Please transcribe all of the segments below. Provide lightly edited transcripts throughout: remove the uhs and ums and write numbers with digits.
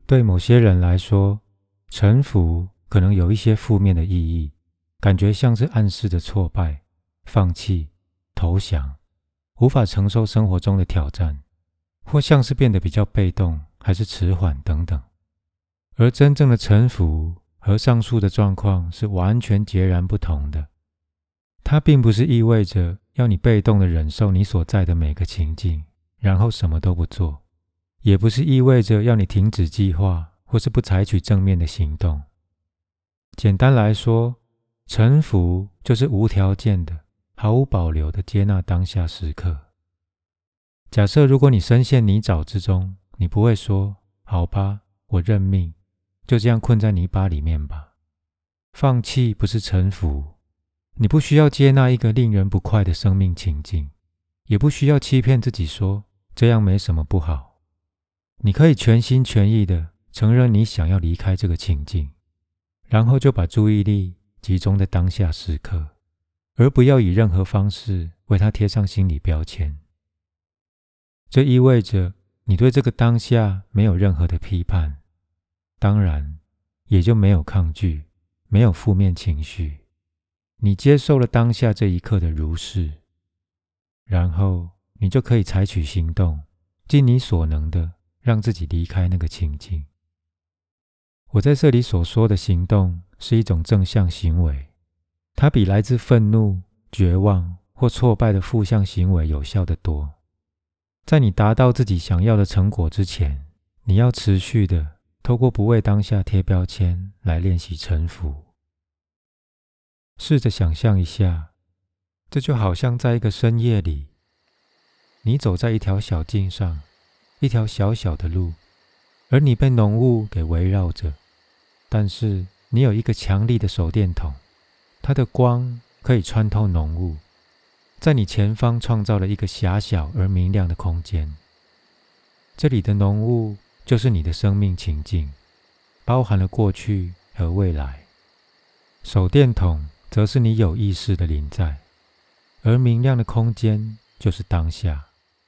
对某些人来说，臣服可能有一些负面的意义，感觉像是暗示着挫败、放弃、投降，无法承受生活中的挑战，或像是变得比较被动，还是迟缓等等。而真正的臣服和上述的状况是完全截然不同的。它并不是意味着要你被动地忍受你所在的每个情境，然后什么都不做，也不是意味着要你停止计划或是不采取正面的行动。简单来说，臣服就是无条件的、毫无保留的接纳当下时刻。假设如果你深陷泥沼之中，你不会说好吧，我认命，就这样困在泥巴里面吧。放弃不是臣服，你不需要接纳一个令人不快的生命情境，也不需要欺骗自己说这样没什么不好。你可以全心全意地承认你想要离开这个情境，然后就把注意力集中在当下时刻，而不要以任何方式为它贴上心理标签。这意味着你对这个当下没有任何的批判，当然也就没有抗拒，没有负面情绪。你接受了当下这一刻的如是，然后你就可以采取行动，尽你所能的让自己离开那个情境。我在这里所说的行动是一种正向行为，它比来自愤怒、绝望或挫败的负向行为有效得多。在你达到自己想要的成果之前，你要持续的透过不为当下贴标签来练习臣服。试着想象一下，这就好像在一个深夜里，你走在一条小径上，一条小小的路，而你被浓雾给围绕着，但是你有一个强力的手电筒，它的光可以穿透浓雾，在你前方创造了一个狭小而明亮的空间。这里的浓雾就是你的生命情境，包含了过去和未来。手电筒则是你有意识的临在，而明亮的空间就是当下。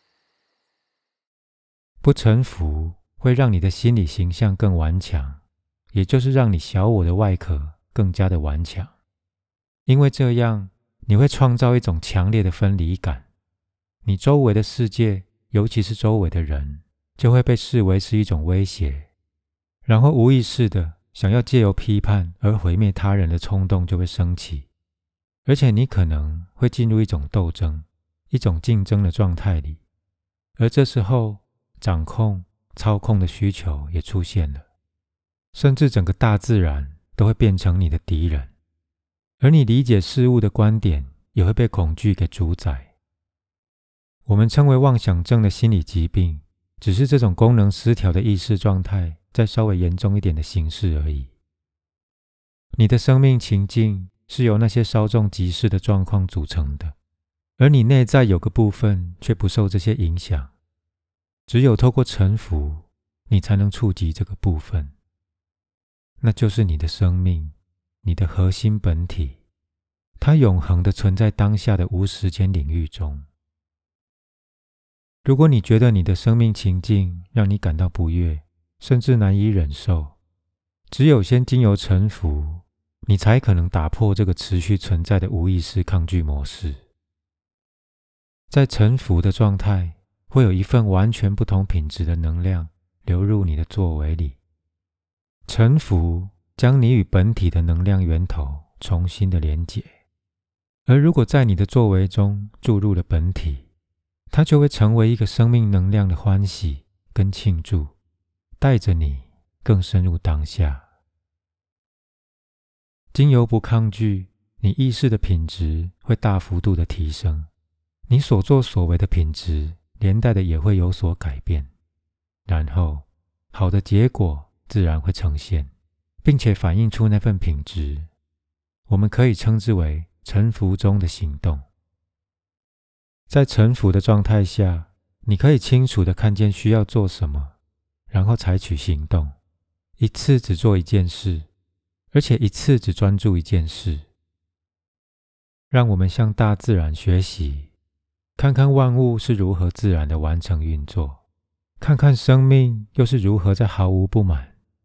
不臣服会让你的心理形象更顽强，也就是让你小我的外壳更加的顽强。因为这样，你会创造一种强烈的分离感，你周围的世界，尤其是周围的人，就会被视为是一种威胁，然后无意识的想要借由批判而毁灭他人的冲动就会升起，而且你可能会进入一种斗争、一种竞争的状态里，而这时候掌控、操控的需求也出现了，甚至整个大自然都会变成你的敌人，而你理解事物的观点也会被恐惧给主宰。我们称为妄想症的心理疾病，只是这种功能失调的意识状态再稍微严重一点的形式而已。你的生命情境是由那些稍纵即逝的状况组成的，而你内在有个部分却不受这些影响。只有透过臣服，你才能触及这个部分，那就是你的生命，你的核心本体，它永恒地存在当下的无时间领域中。如果你觉得你的生命情境让你感到不悦，甚至难以忍受，只有先经由臣服，你才可能打破这个持续存在的无意识抗拒模式。在臣服的状态，会有一份完全不同品质的能量流入你的作为里。臣服将你与本体的能量源头重新的连结，而如果在你的作为中注入了本体，它就会成为一个生命能量的欢喜跟庆祝，带着你更深入当下。经由不抗拒，你意识的品质会大幅度的提升，你所作所为的品质连带的也会有所改变，然后好的结果自然会呈现，并且反映出那份品质。我们可以称之为臣服中的行动。在臣服的状态下，你可以清楚地看见需要做什么，然后采取行动，一次只做一件事，而且一次只专注一件事。让我们向大自然学习，看看万物是如何自然地完成运作，看看生命又是如何在毫无不满、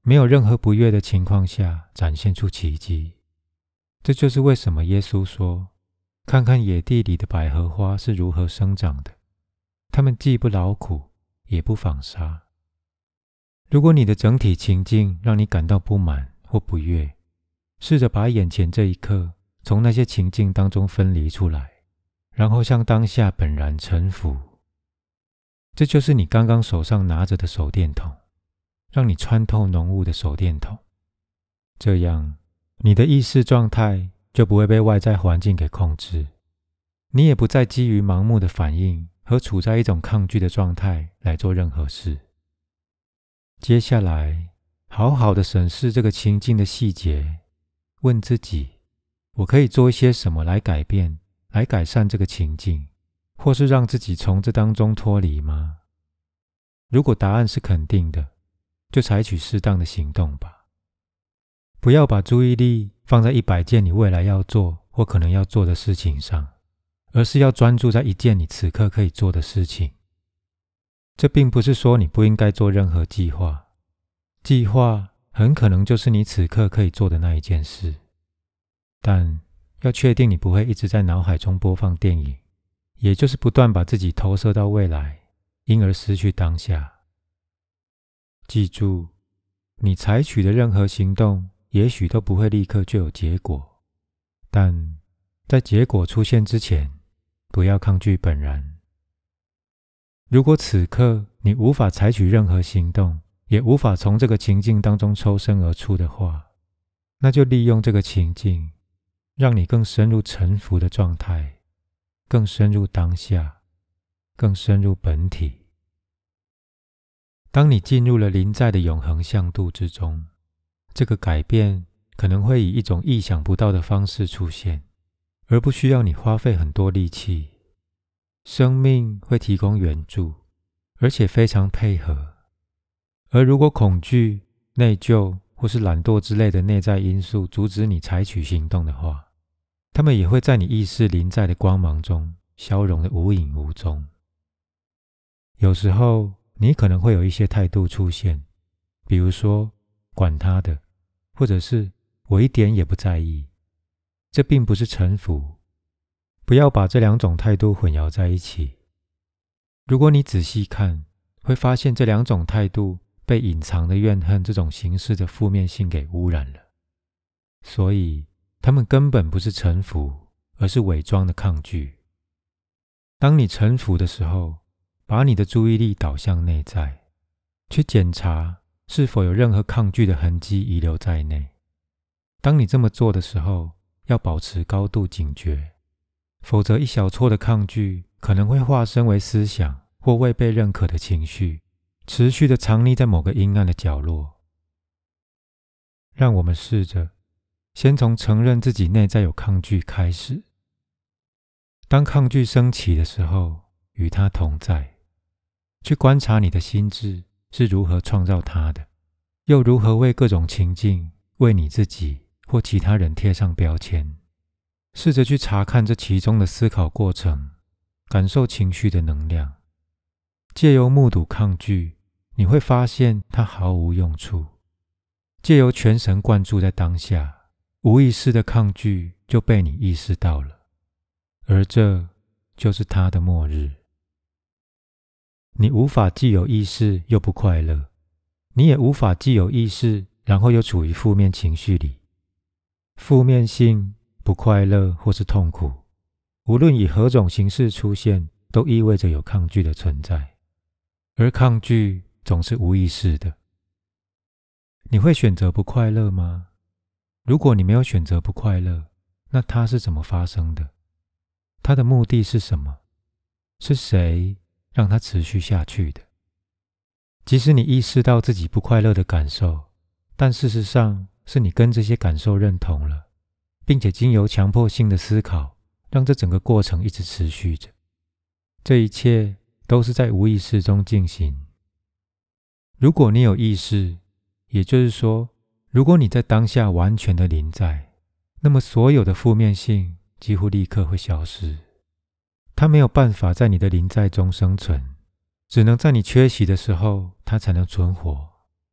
没有任何不悦的情况下展现出奇迹。这就是为什么耶稣说，看看野地里的百合花是如何生长的，它们既不劳苦，也不纺纱。如果你的整体情境让你感到不满或不悦，试着把眼前这一刻从那些情境当中分离出来，然后向当下本然臣服。这就是你刚刚手上拿着的手电筒，让你穿透浓雾的手电筒。这样，你的意识状态就不会被外在环境给控制，你也不再基于盲目的反应和处在一种抗拒的状态来做任何事。接下来，好好的审视这个情境的细节，问自己，我可以做一些什么来改变、来改善这个情境，或是让自己从这当中脱离吗？如果答案是肯定的，就采取适当的行动吧。不要把注意力放在100件你未来要做或可能要做的事情上，而是要专注在一件你此刻可以做的事情。这并不是说你不应该做任何计划，计划很可能就是你此刻可以做的那一件事，但要确定你不会一直在脑海中播放电影，也就是不断把自己投射到未来，因而失去当下。记住，你采取的任何行动也许都不会立刻就有结果，但在结果出现之前，不要抗拒本然。如果此刻你无法采取任何行动，也无法从这个情境当中抽身而出的话，那就利用这个情境，让你更深入臣服的状态，更深入当下，更深入本体。当你进入了临在的永恒向度之中，这个改变可能会以一种意想不到的方式出现，而不需要你花费很多力气。生命会提供援助，而且非常配合。而如果恐惧、内疚或是懒惰之类的内在因素阻止你采取行动的话，它们也会在你意识临在的光芒中消融得无影无踪。有时候你可能会有一些态度出现，比如说管他的，或者是我一点也不在意。这并不是臣服，不要把这两种态度混淆在一起。如果你仔细看，会发现这两种态度被隐藏的怨恨这种形式的负面性给污染了，所以他们根本不是臣服，而是伪装的抗拒。当你臣服的时候，把你的注意力导向内在，去检查是否有任何抗拒的痕迹遗留在内。当你这么做的时候，要保持高度警觉，否则一小撮的抗拒可能会化身为思想或未被认可的情绪，持续地藏匿在某个阴暗的角落。让我们试着先从承认自己内在有抗拒开始。当抗拒升起的时候，与它同在，去观察你的心智是如何创造它的，又如何为各种情境为你自己或其他人贴上标签。试着去查看这其中的思考过程，感受情绪的能量。借由目睹抗拒，你会发现它毫无用处。借由全神贯注在当下，无意识的抗拒就被你意识到了，而这就是它的末日。你无法既有意识又不快乐，你也无法既有意识然后又处于负面情绪里。负面性、不快乐或是痛苦，无论以何种形式出现，都意味着有抗拒的存在，而抗拒总是无意识的。你会选择不快乐吗？如果你没有选择不快乐，那它是怎么发生的？它的目的是什么？是谁让它持续下去的？即使你意识到自己不快乐的感受，但事实上是你跟这些感受认同了，并且经由强迫性的思考，让这整个过程一直持续着。这一切都是在无意识中进行。如果你有意识，也就是说，如果你在当下完全的临在，那么所有的负面性几乎立刻会消失。它没有办法在你的临在中生存，只能在你缺席的时候，它才能存活。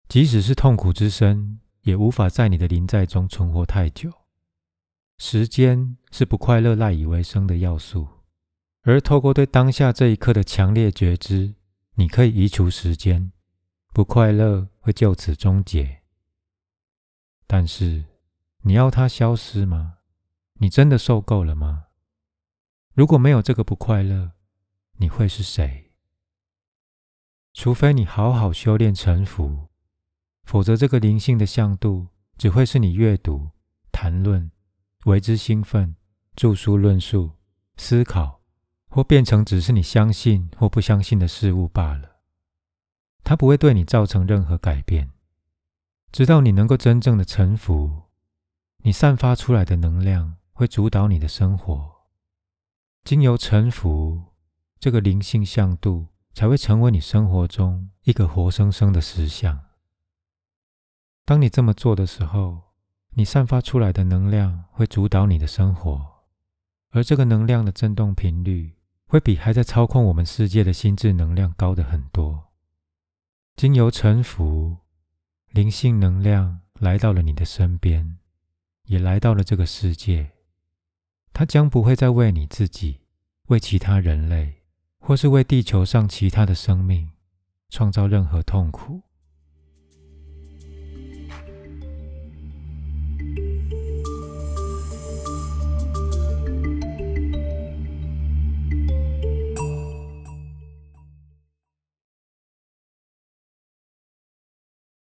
即使是痛苦之身，也无法在你的临在中存活太久。时间是不快乐赖以为生的要素，而透过对当下这一刻的强烈觉知，你可以移除时间，不快乐会就此终结。但是，你要它消失吗？你真的受够了吗？如果没有这个不快乐，你会是谁？除非你好好修炼臣服，否则这个灵性的向度只会是你阅读、谈论、为之兴奋、著书论述、思考，或变成只是你相信或不相信的事物罢了。它不会对你造成任何改变，直到你能够真正的臣服，你散发出来的能量会主导你的生活。经由臣服，这个灵性向度才会成为你生活中一个活生生的实相。当你这么做的时候，你散发出来的能量会主导你的生活，而这个能量的振动频率会比还在操控我们世界的心智能量高得很多。经由臣服，灵性能量来到了你的身边，也来到了这个世界。它将不会再为你自己、为其他人类，或是为地球上其他的生命创造任何痛苦。